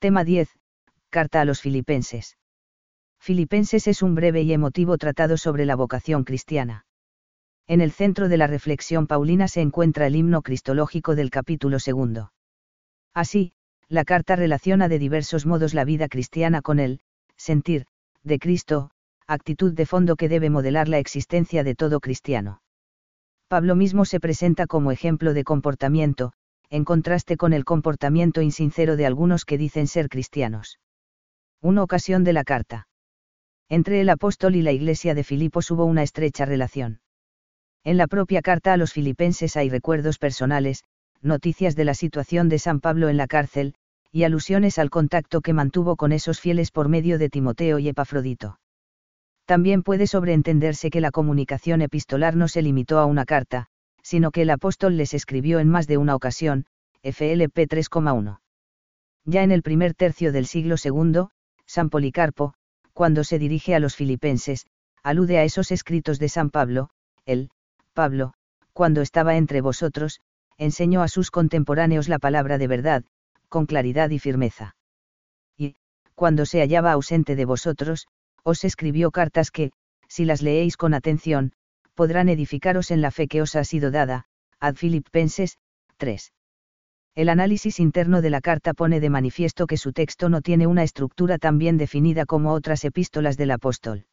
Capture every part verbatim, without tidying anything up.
Tema diez. Carta a los Filipenses. Filipenses es un breve y emotivo tratado sobre la vocación cristiana. En el centro de la reflexión paulina se encuentra el himno cristológico del capítulo segundo. Así, la carta relaciona de diversos modos la vida cristiana con el sentir de Cristo, actitud de fondo que debe modelar la existencia de todo cristiano. Pablo mismo se presenta como ejemplo de comportamiento, en contraste con el comportamiento insincero de algunos que dicen ser cristianos. Una ocasión de la carta. Entre el apóstol y la iglesia de Filipos hubo una estrecha relación. En la propia carta a los filipenses hay recuerdos personales, noticias de la situación de San Pablo en la cárcel, y alusiones al contacto que mantuvo con esos fieles por medio de Timoteo y Epafrodito. También puede sobreentenderse que la comunicación epistolar no se limitó a una carta, sino que el apóstol les escribió en más de una ocasión, F L P tres coma uno. Ya en el primer tercio del siglo segundo, San Policarpo, cuando se dirige a los filipenses, alude a esos escritos de San Pablo. Él, Pablo, cuando estaba entre vosotros, enseñó a sus contemporáneos la palabra de verdad, con claridad y firmeza. Y, cuando se hallaba ausente de vosotros, os escribió cartas que, si las leéis con atención, podrán edificaros en la fe que os ha sido dada. Ad Filipenses, tres. El análisis interno de la carta pone de manifiesto que su texto no tiene una estructura tan bien definida como otras epístolas del apóstol.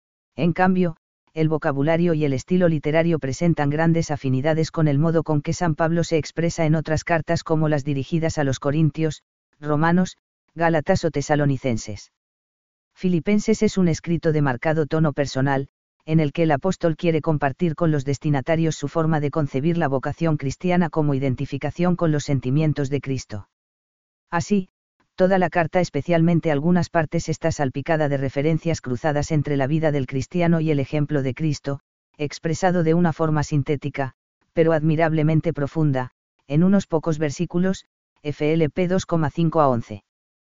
En cambio, el vocabulario y el estilo literario presentan grandes afinidades con el modo con que San Pablo se expresa en otras cartas como las dirigidas a los Corintios, Romanos, Gálatas o Tesalonicenses. Filipenses es un escrito de marcado tono personal, en el que el apóstol quiere compartir con los destinatarios su forma de concebir la vocación cristiana como identificación con los sentimientos de Cristo. Así, toda la carta, especialmente algunas partes, está salpicada de referencias cruzadas entre la vida del cristiano y el ejemplo de Cristo, expresado de una forma sintética, pero admirablemente profunda, en unos pocos versículos, F L P dos coma cinco a once.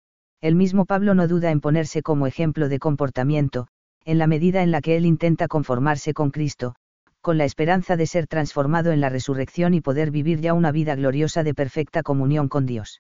El mismo Pablo no duda en ponerse como ejemplo de comportamiento, en la medida en la que él intenta conformarse con Cristo, con la esperanza de ser transformado en la resurrección y poder vivir ya una vida gloriosa de perfecta comunión con Dios.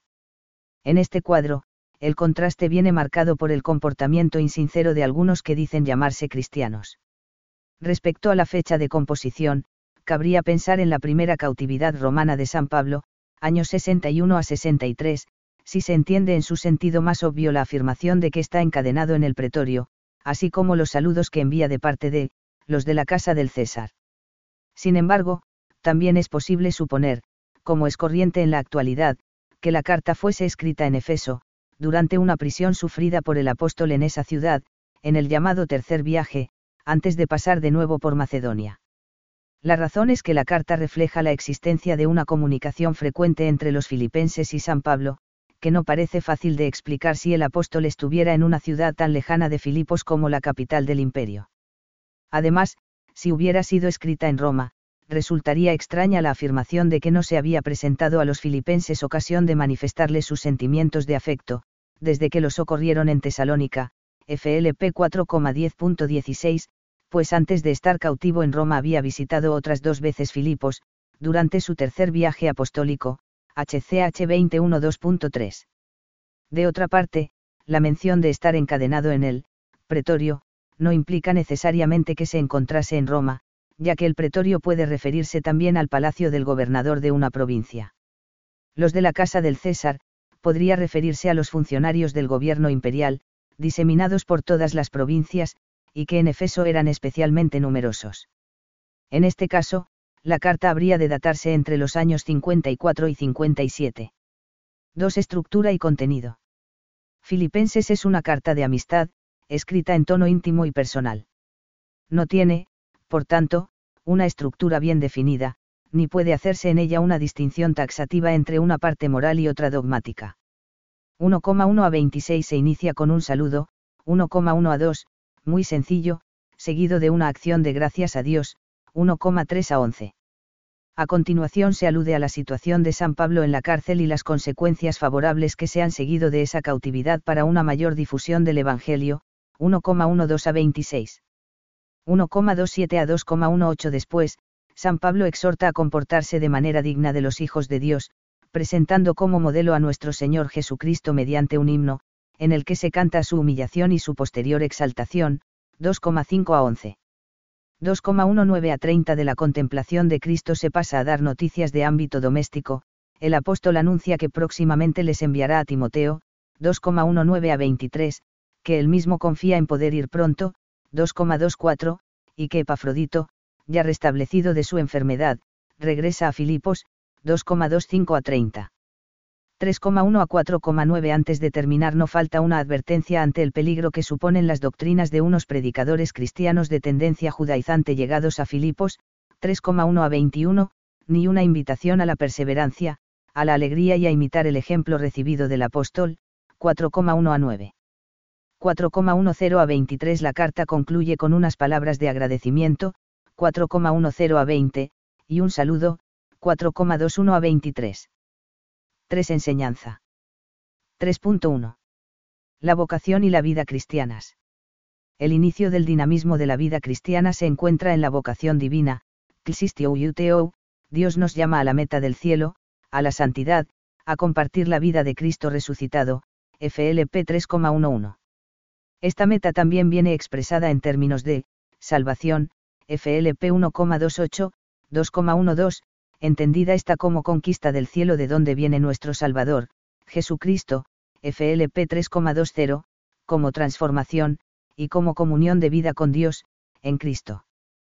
En este cuadro, el contraste viene marcado por el comportamiento insincero de algunos que dicen llamarse cristianos. Respecto a la fecha de composición, cabría pensar en la primera cautividad romana de San Pablo, años sesenta y uno a sesenta y tres, si se entiende en su sentido más obvio la afirmación de que está encadenado en el pretorio, así como los saludos que envía de parte de los de la casa del César. Sin embargo, también es posible suponer, como es corriente en la actualidad, que la carta fuese escrita en Efeso, durante una prisión sufrida por el apóstol en esa ciudad, en el llamado tercer viaje, antes de pasar de nuevo por Macedonia. La razón es que la carta refleja la existencia de una comunicación frecuente entre los filipenses y San Pablo, que no parece fácil de explicar si el apóstol estuviera en una ciudad tan lejana de Filipos como la capital del imperio. Además, si hubiera sido escrita en Roma, resultaría extraña la afirmación de que no se había presentado a los filipenses ocasión de manifestarles sus sentimientos de afecto, desde que los socorrieron en Tesalónica, F L P cuatro coma diez punto dieciséis, pues antes de estar cautivo en Roma había visitado otras dos veces Filipos, durante su tercer viaje apostólico, H C H veintiuno dos punto tres. De otra parte, la mención de estar encadenado en el pretorio, no implica necesariamente que se encontrase en Roma, ya que el pretorio puede referirse también al palacio del gobernador de una provincia. Los de la casa del César, podría referirse a los funcionarios del gobierno imperial, diseminados por todas las provincias, y que en Efeso eran especialmente numerosos. En este caso, la carta habría de datarse entre los años cincuenta y cuatro y cincuenta y siete. dos. Estructura y contenido. Filipenses es una carta de amistad, escrita en tono íntimo y personal. No tiene, por tanto, una estructura bien definida, ni puede hacerse en ella una distinción taxativa entre una parte moral y otra dogmática. uno coma uno a veintiséis se inicia con un saludo, uno coma uno a dos, muy sencillo, seguido de una acción de gracias a Dios, uno coma tres a once. A continuación se alude a la situación de San Pablo en la cárcel y las consecuencias favorables que se han seguido de esa cautividad para una mayor difusión del Evangelio, uno coma doce a veintiséis. uno coma veintisiete a dos coma dieciocho. Después, San Pablo exhorta a comportarse de manera digna de los hijos de Dios, presentando como modelo a nuestro Señor Jesucristo mediante un himno, en el que se canta su humillación y su posterior exaltación, dos coma cinco a once. dos coma diecinueve a treinta de la contemplación de Cristo se pasa a dar noticias de ámbito doméstico, el apóstol anuncia que próximamente les enviará a Timoteo, dos coma diecinueve a veintitrés, que él mismo confía en poder ir pronto, dos coma veinticuatro, y que Epafrodito, ya restablecido de su enfermedad, regresa a Filipos, dos coma veinticinco a treinta. tres coma uno a cuatro coma nueve. Antes de terminar, no falta una advertencia ante el peligro que suponen las doctrinas de unos predicadores cristianos de tendencia judaizante llegados a Filipos, tres coma uno a veintiuno, ni una invitación a la perseverancia, a la alegría y a imitar el ejemplo recibido del apóstol, cuatro coma uno a nueve. cuatro coma diez a veintitrés. La carta concluye con unas palabras de agradecimiento, cuatro coma diez a veinte, y un saludo, cuatro coma veintiuno a veintitrés. tres. Enseñanza. tres punto uno. La vocación y la vida cristianas. El inicio del dinamismo de la vida cristiana se encuentra en la vocación divina, Christio Iuteo, Dios nos llama a la meta del cielo, a la santidad, a compartir la vida de Cristo resucitado, F L P tres coma once. Esta meta también viene expresada en términos de salvación, F L P uno coma veintiocho, dos coma doce, entendida esta como conquista del cielo de donde viene nuestro Salvador, Jesucristo, F L P tres coma veinte, como transformación, y como comunión de vida con Dios, en Cristo.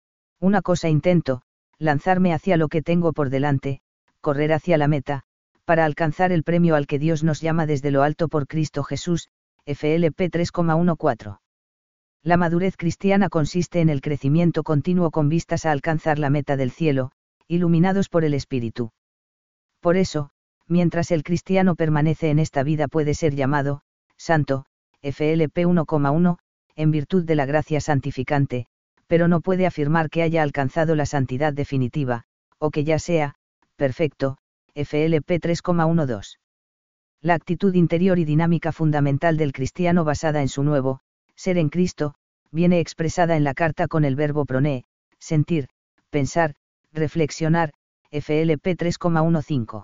Una cosa intento, lanzarme hacia lo que tengo por delante, correr hacia la meta, para alcanzar el premio al que Dios nos llama desde lo alto por Cristo Jesús, F L P tres coma catorce. La madurez cristiana consiste en el crecimiento continuo con vistas a alcanzar la meta del cielo, iluminados por el Espíritu. Por eso, mientras el cristiano permanece en esta vida puede ser llamado, santo, F L P uno coma uno, en virtud de la gracia santificante, pero no puede afirmar que haya alcanzado la santidad definitiva, o que ya sea, perfecto, F L P tres coma doce. La actitud interior y dinámica fundamental del cristiano basada en su nuevo, ser en Cristo, viene expresada en la carta con el verbo proné, sentir, pensar, reflexionar, F L P tres coma quince.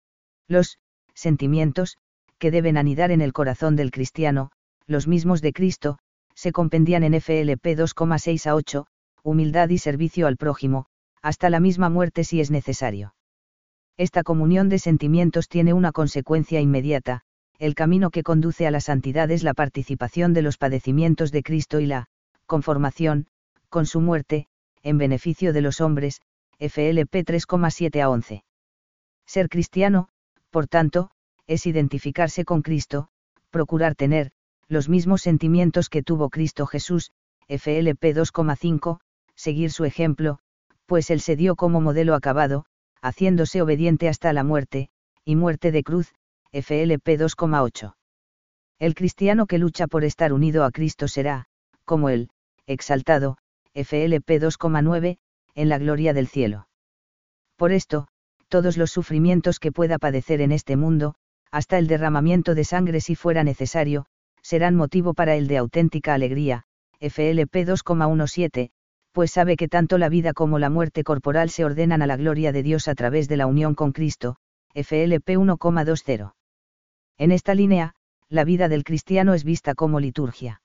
Los sentimientos, que deben anidar en el corazón del cristiano, los mismos de Cristo, se compendían en F L P dos coma seis a ocho, humildad y servicio al prójimo, hasta la misma muerte si es necesario. Esta comunión de sentimientos tiene una consecuencia inmediata, el camino que conduce a la santidad es la participación de los padecimientos de Cristo y la conformación, con su muerte, en beneficio de los hombres, F L P tres coma siete a once. Ser cristiano, por tanto, es identificarse con Cristo, procurar tener, los mismos sentimientos que tuvo Cristo Jesús, F L P dos coma cinco, seguir su ejemplo, pues él se dio como modelo acabado, haciéndose obediente hasta la muerte, y muerte de cruz, F L P dos coma ocho. El cristiano que lucha por estar unido a Cristo será, como él, exaltado, F L P dos coma nueve, en la gloria del cielo. Por esto, todos los sufrimientos que pueda padecer en este mundo, hasta el derramamiento de sangre si fuera necesario, serán motivo para él de auténtica alegría, F L P dos coma diecisiete, pues sabe que tanto la vida como la muerte corporal se ordenan a la gloria de Dios a través de la unión con Cristo, F L P uno coma veinte. En esta línea, la vida del cristiano es vista como liturgia.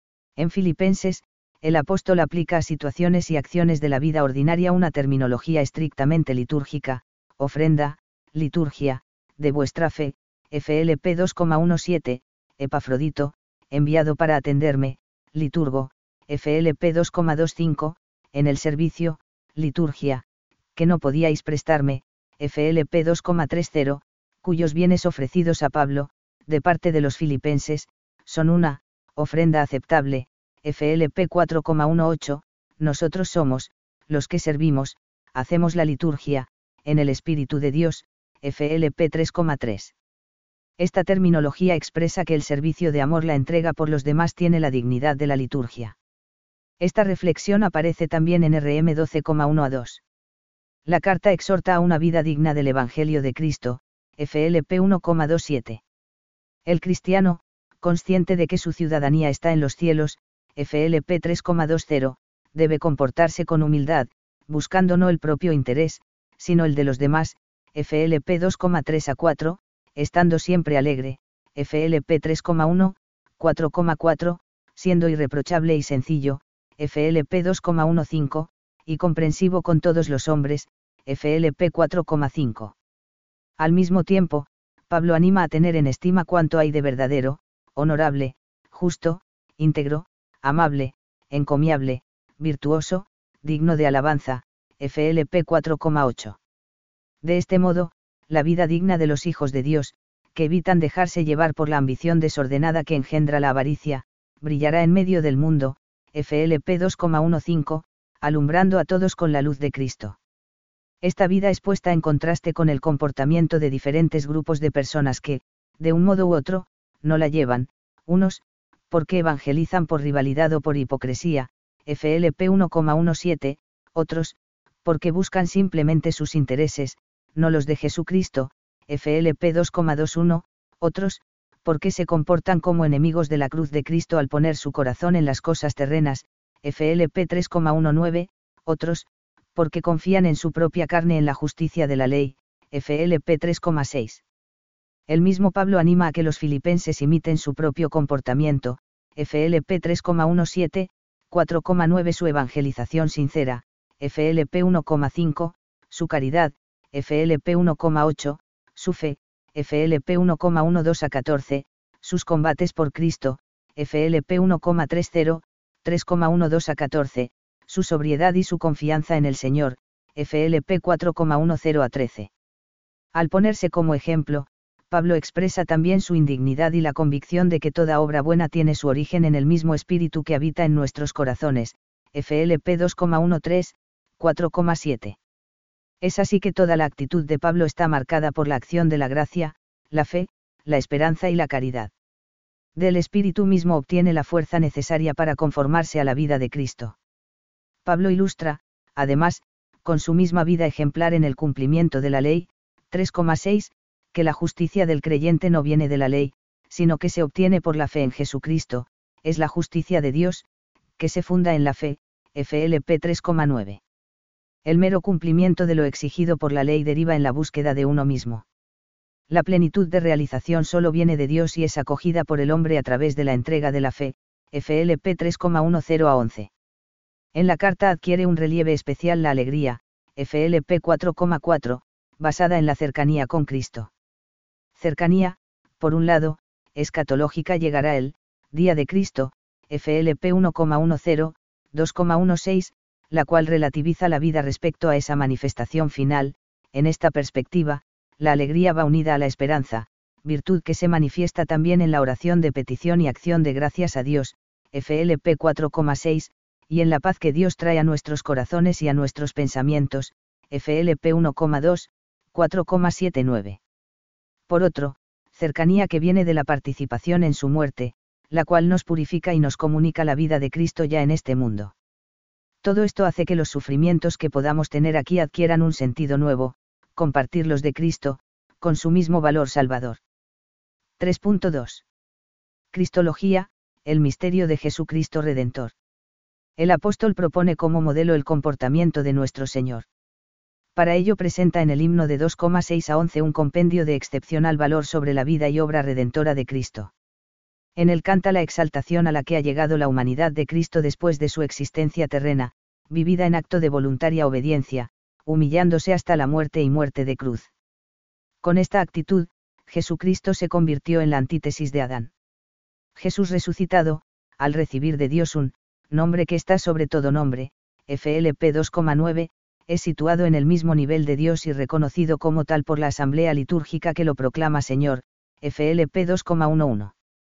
En Filipenses, el apóstol aplica a situaciones y acciones de la vida ordinaria una terminología estrictamente litúrgica, ofrenda, liturgia, de vuestra fe, F L P dos coma diecisiete, Epafrodito, enviado para atenderme, liturgo, F L P dos coma veinticinco, en el servicio, liturgia, que no podíais prestarme, F L P dos coma treinta, cuyos bienes ofrecidos a Pablo, de parte de los filipenses, son una, ofrenda aceptable, F L P cuatro coma dieciocho, nosotros somos, los que servimos, hacemos la liturgia, en el Espíritu de Dios, F L P tres coma tres. Esta terminología expresa que el servicio de amor, la entrega por los demás tiene la dignidad de la liturgia. Esta reflexión aparece también en R M doce coma uno a dos. La carta exhorta a una vida digna del Evangelio de Cristo, F L P uno coma veintisiete. El cristiano, consciente de que su ciudadanía está en los cielos, F L P tres coma veinte, debe comportarse con humildad, buscando no el propio interés, sino el de los demás, F L P dos coma tres a cuatro, estando siempre alegre, F L P tres coma uno, cuatro coma cuatro, siendo irreprochable y sencillo, F L P dos coma quince, y comprensivo con todos los hombres, F L P cuatro coma cinco. Al mismo tiempo, Pablo anima a tener en estima cuanto hay de verdadero, honorable, justo, íntegro, amable, encomiable, virtuoso, digno de alabanza, F L P cuatro coma ocho. De este modo, la vida digna de los hijos de Dios, que evitan dejarse llevar por la ambición desordenada que engendra la avaricia, brillará en medio del mundo, F L P dos coma quince, alumbrando a todos con la luz de Cristo. Esta vida es puesta en contraste con el comportamiento de diferentes grupos de personas que, de un modo u otro, no la llevan, unos, porque evangelizan por rivalidad o por hipocresía, F L P uno coma diecisiete, otros, porque buscan simplemente sus intereses, no los de Jesucristo, F L P dos coma veintiuno, otros, porque se comportan como enemigos de la cruz de Cristo al poner su corazón en las cosas terrenas, F L P tres coma diecinueve, otros, porque confían en su propia carne en la justicia de la ley, F L P tres coma seis. El mismo Pablo anima a que los filipenses imiten su propio comportamiento, F L P tres coma diecisiete, cuatro coma nueve su evangelización sincera, F L P uno coma cinco, su caridad, F L P uno coma ocho, su fe, F L P uno coma doce a catorce, sus combates por Cristo, F L P uno coma treinta, tres coma doce a catorce, su sobriedad y su confianza en el Señor, F L P cuatro coma diez a trece. Al ponerse como ejemplo, Pablo expresa también su indignidad y la convicción de que toda obra buena tiene su origen en el mismo espíritu que habita en nuestros corazones, F L P dos coma trece, cuatro coma siete. Es así que toda la actitud de Pablo está marcada por la acción de la gracia, la fe, la esperanza y la caridad. Del Espíritu mismo obtiene la fuerza necesaria para conformarse a la vida de Cristo. Pablo ilustra, además, con su misma vida ejemplar en el cumplimiento de la ley, tres coma seis, que la justicia del creyente no viene de la ley, sino que se obtiene por la fe en Jesucristo, es la justicia de Dios, que se funda en la fe, F L P tres coma nueve. El mero cumplimiento de lo exigido por la ley deriva en la búsqueda de uno mismo. La plenitud de realización solo viene de Dios y es acogida por el hombre a través de la entrega de la fe, F L P tres coma diez a once. En la carta adquiere un relieve especial la alegría, F L P cuatro coma cuatro, basada en la cercanía con Cristo. Cercanía, por un lado, escatológica llegará el día de Cristo, F L P uno coma diez, dos coma dieciséis, la cual relativiza la vida respecto a esa manifestación final. En esta perspectiva, la alegría va unida a la esperanza, virtud que se manifiesta también en la oración de petición y acción de gracias a Dios, F L P cuatro coma seis, y en la paz que Dios trae a nuestros corazones y a nuestros pensamientos, F L P uno coma dos, cuatro coma setenta y nueve. Por otro, cercanía que viene de la participación en su muerte, la cual nos purifica y nos comunica la vida de Cristo ya en este mundo. Todo esto hace que los sufrimientos que podamos tener aquí adquieran un sentido nuevo, compartir los de Cristo, con su mismo valor salvador. tres punto dos. Cristología, el misterio de Jesucristo Redentor. El apóstol propone como modelo el comportamiento de nuestro Señor. Para ello presenta en el himno de dos coma seis a once un compendio de excepcional valor sobre la vida y obra redentora de Cristo. En él canta la exaltación a la que ha llegado la humanidad de Cristo después de su existencia terrena, vivida en acto de voluntaria obediencia, humillándose hasta la muerte y muerte de cruz. Con esta actitud, Jesucristo se convirtió en la antítesis de Adán. Jesús resucitado, al recibir de Dios un nombre que está sobre todo nombre, F L P dos coma nueve, es situado en el mismo nivel de Dios y reconocido como tal por la asamblea litúrgica que lo proclama Señor, F L P dos coma once.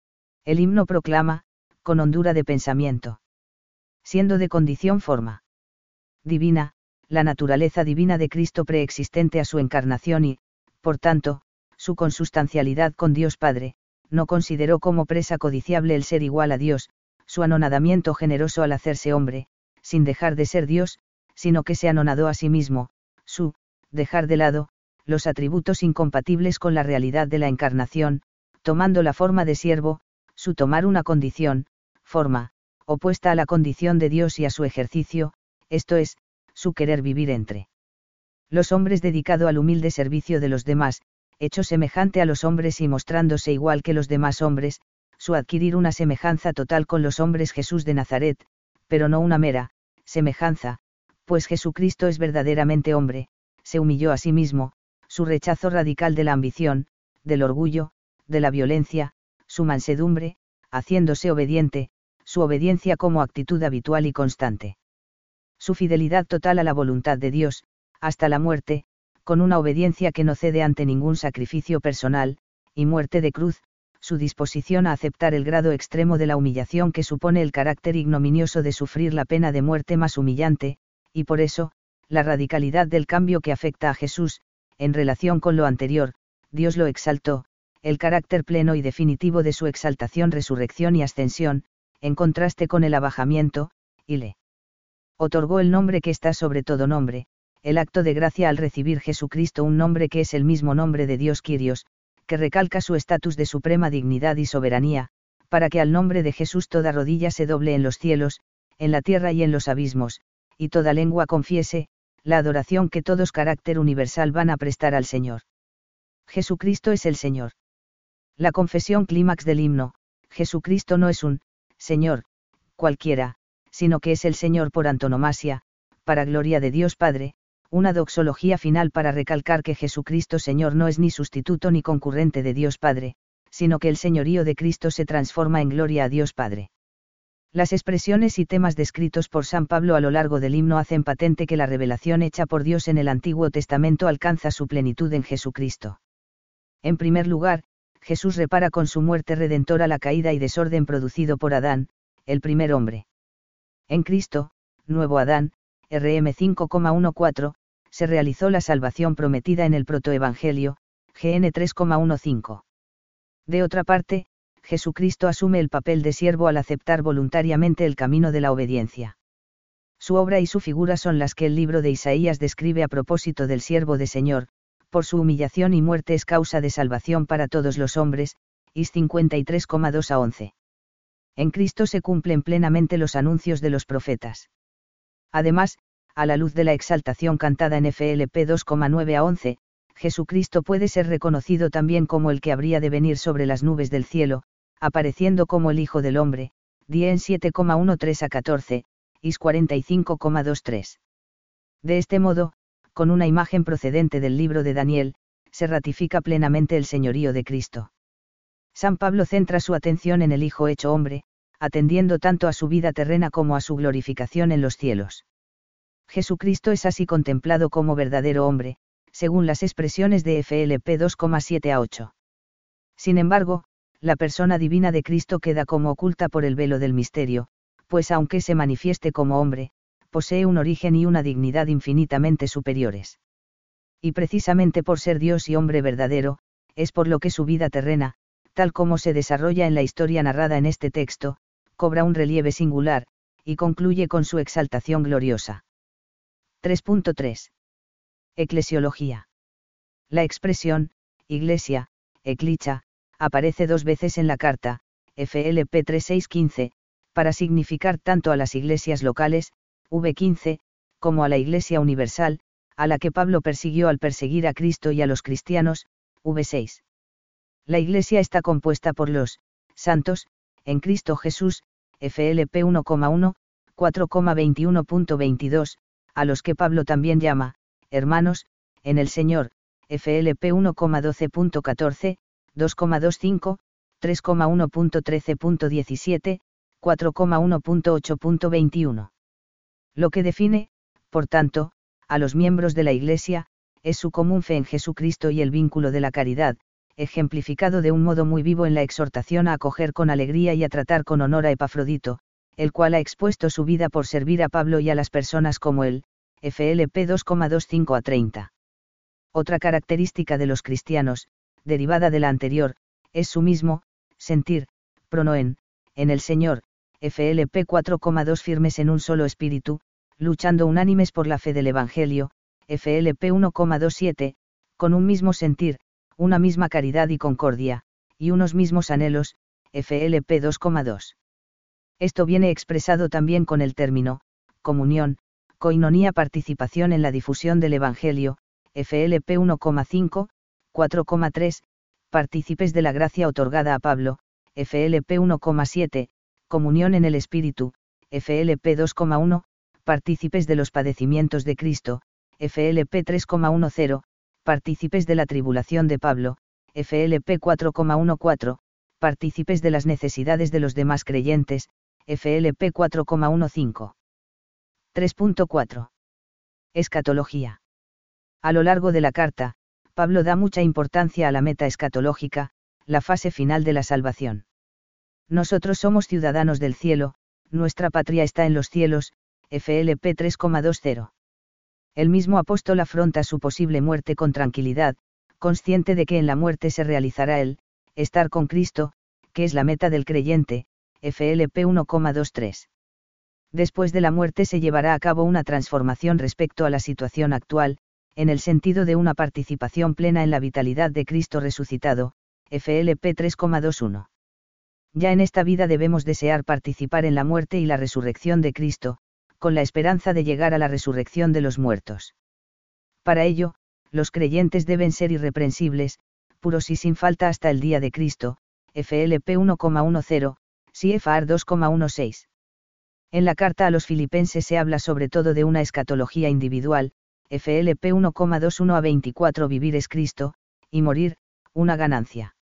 El himno proclama, con hondura de pensamiento. Siendo de condición forma divina, la naturaleza divina de Cristo preexistente a su encarnación y, por tanto, su consustancialidad con Dios Padre, no consideró como presa codiciable el ser igual a Dios, su anonadamiento generoso al hacerse hombre, sin dejar de ser Dios, sino que se anonadó a sí mismo, su dejar de lado los atributos incompatibles con la realidad de la encarnación, tomando la forma de siervo, su tomar una condición, forma, opuesta a la condición de Dios y a su ejercicio, esto es, su querer vivir entre Los hombres dedicado al humilde servicio de los demás, hecho semejante a los hombres y mostrándose igual que los demás hombres, su adquirir una semejanza total con los hombres Jesús de Nazaret, pero no una mera semejanza, pues Jesucristo es verdaderamente hombre, se humilló a sí mismo, su rechazo radical de la ambición, del orgullo, de la violencia, su mansedumbre, haciéndose obediente, su obediencia como actitud habitual y constante. Su fidelidad total a la voluntad de Dios, hasta la muerte, con una obediencia que no cede ante ningún sacrificio personal, y muerte de cruz, su disposición a aceptar el grado extremo de la humillación que supone el carácter ignominioso de sufrir la pena de muerte más humillante, y por eso, la radicalidad del cambio que afecta a Jesús, en relación con lo anterior, Dios lo exaltó, el carácter pleno y definitivo de su exaltación, resurrección y ascensión, en contraste con el abajamiento, y le otorgó el nombre que está sobre todo nombre, el acto de gracia al recibir Jesucristo un nombre que es el mismo nombre de Dios Kyrios, que recalca su estatus de suprema dignidad y soberanía, para que al nombre de Jesús toda rodilla se doble en los cielos, en la tierra y en los abismos, y toda lengua confiese, la adoración que todos carácter universal van a prestar al Señor. Jesucristo es el Señor. La confesión clímax del himno, Jesucristo no es un Señor cualquiera, sino que es el Señor por antonomasia, para gloria de Dios Padre, una doxología final para recalcar que Jesucristo Señor no es ni sustituto ni concurrente de Dios Padre, sino que el señorío de Cristo se transforma en gloria a Dios Padre. Las expresiones y temas descritos por San Pablo a lo largo del himno hacen patente que la revelación hecha por Dios en el Antiguo Testamento alcanza su plenitud en Jesucristo. En primer lugar, Jesús repara con su muerte redentora la caída y desorden producido por Adán, el primer hombre. En Cristo, nuevo Adán, R M cinco coma catorce, se realizó la salvación prometida en el protoevangelio, G N tres coma quince. De otra parte, Jesucristo asume el papel de siervo al aceptar voluntariamente el camino de la obediencia. Su obra y su figura son las que el libro de Isaías describe a propósito del siervo de Señor, por su humillación y muerte es causa de salvación para todos los hombres, Is cincuenta y tres coma dos a once. En Cristo se cumplen plenamente los anuncios de los profetas. Además, a la luz de la exaltación cantada en F L P dos coma nueve a once, Jesucristo puede ser reconocido también como el que habría de venir sobre las nubes del cielo, apareciendo como el Hijo del Hombre, Dien siete coma trece a catorce, Is cuarenta y cinco coma veintitrés. De este modo, con una imagen procedente del libro de Daniel, se ratifica plenamente el señorío de Cristo. San Pablo centra su atención en el Hijo hecho hombre, atendiendo tanto a su vida terrena como a su glorificación en los cielos. Jesucristo es así contemplado como verdadero hombre, según las expresiones de F L P dos coma siete a ocho. Sin embargo, la persona divina de Cristo queda como oculta por el velo del misterio, pues aunque se manifieste como hombre, posee un origen y una dignidad infinitamente superiores. Y precisamente por ser Dios y hombre verdadero, es por lo que su vida terrena, tal como se desarrolla en la historia narrada en este texto, cobra un relieve singular, y concluye con su exaltación gloriosa. tres punto tres. Eclesiología. La expresión, iglesia, eclicha, aparece dos veces en la carta, F L P tres seis quince, para significar tanto a las iglesias locales, V quince, como a la Iglesia universal, a la que Pablo persiguió al perseguir a Cristo y a los cristianos, V seis. La Iglesia está compuesta por los santos, en Cristo Jesús, F L P uno coma uno, cuatro coma veintiuno punto veintidós, a los que Pablo también llama, hermanos, en el Señor, F L P uno coma doce punto catorce, dos coma veinticinco, tres coma uno punto trece punto diecisiete, cuatro coma uno punto ocho punto veintiuno. Lo que define, por tanto, a los miembros de la Iglesia, es su común fe en Jesucristo y el vínculo de la caridad, ejemplificado de un modo muy vivo en la exhortación a acoger con alegría y a tratar con honor a Epafrodito, el cual ha expuesto su vida por servir a Pablo y a las personas como él, F L P dos coma veinticinco a treinta. Otra característica de los cristianos, derivada de la anterior, es su mismo sentir, pronoen, en el Señor, F L P cuatro coma dos firmes en un solo espíritu, luchando unánimes por la fe del Evangelio, F L P uno coma veintisiete, con un mismo sentir, una misma caridad y concordia, y unos mismos anhelos, F L P dos coma dos. Esto viene expresado también con el término, comunión, Coinonía participación en la difusión del Evangelio, F L P uno coma cinco, cuatro coma tres, partícipes de la gracia otorgada a Pablo, F L P uno coma siete, comunión en el Espíritu, F L P dos coma uno, partícipes de los padecimientos de Cristo, F L P tres coma diez, partícipes de la tribulación de Pablo, F L P cuatro coma catorce, partícipes de las necesidades de los demás creyentes, F L P cuatro coma quince. tres punto cuatro. Escatología. A lo largo de la carta, Pablo da mucha importancia a la meta escatológica, la fase final de la salvación. Nosotros somos ciudadanos del cielo, nuestra patria está en los cielos, F L P tres coma veinte. El mismo apóstol afronta su posible muerte con tranquilidad, consciente de que en la muerte se realizará el estar con Cristo, que es la meta del creyente, F L P uno coma veintitrés. Después de la muerte se llevará a cabo una transformación respecto a la situación actual, en el sentido de una participación plena en la vitalidad de Cristo resucitado, F L P tres coma veintiuno. Ya en esta vida debemos desear participar en la muerte y la resurrección de Cristo, con la esperanza de llegar a la resurrección de los muertos. Para ello, los creyentes deben ser irreprensibles, puros y sin falta hasta el día de Cristo, F L P uno coma diez, C F A R dos coma dieciséis. En la carta a los filipenses se habla sobre todo de una escatología individual, F L P uno coma veintiuno a veinticuatro. Vivir es Cristo, y morir, una ganancia.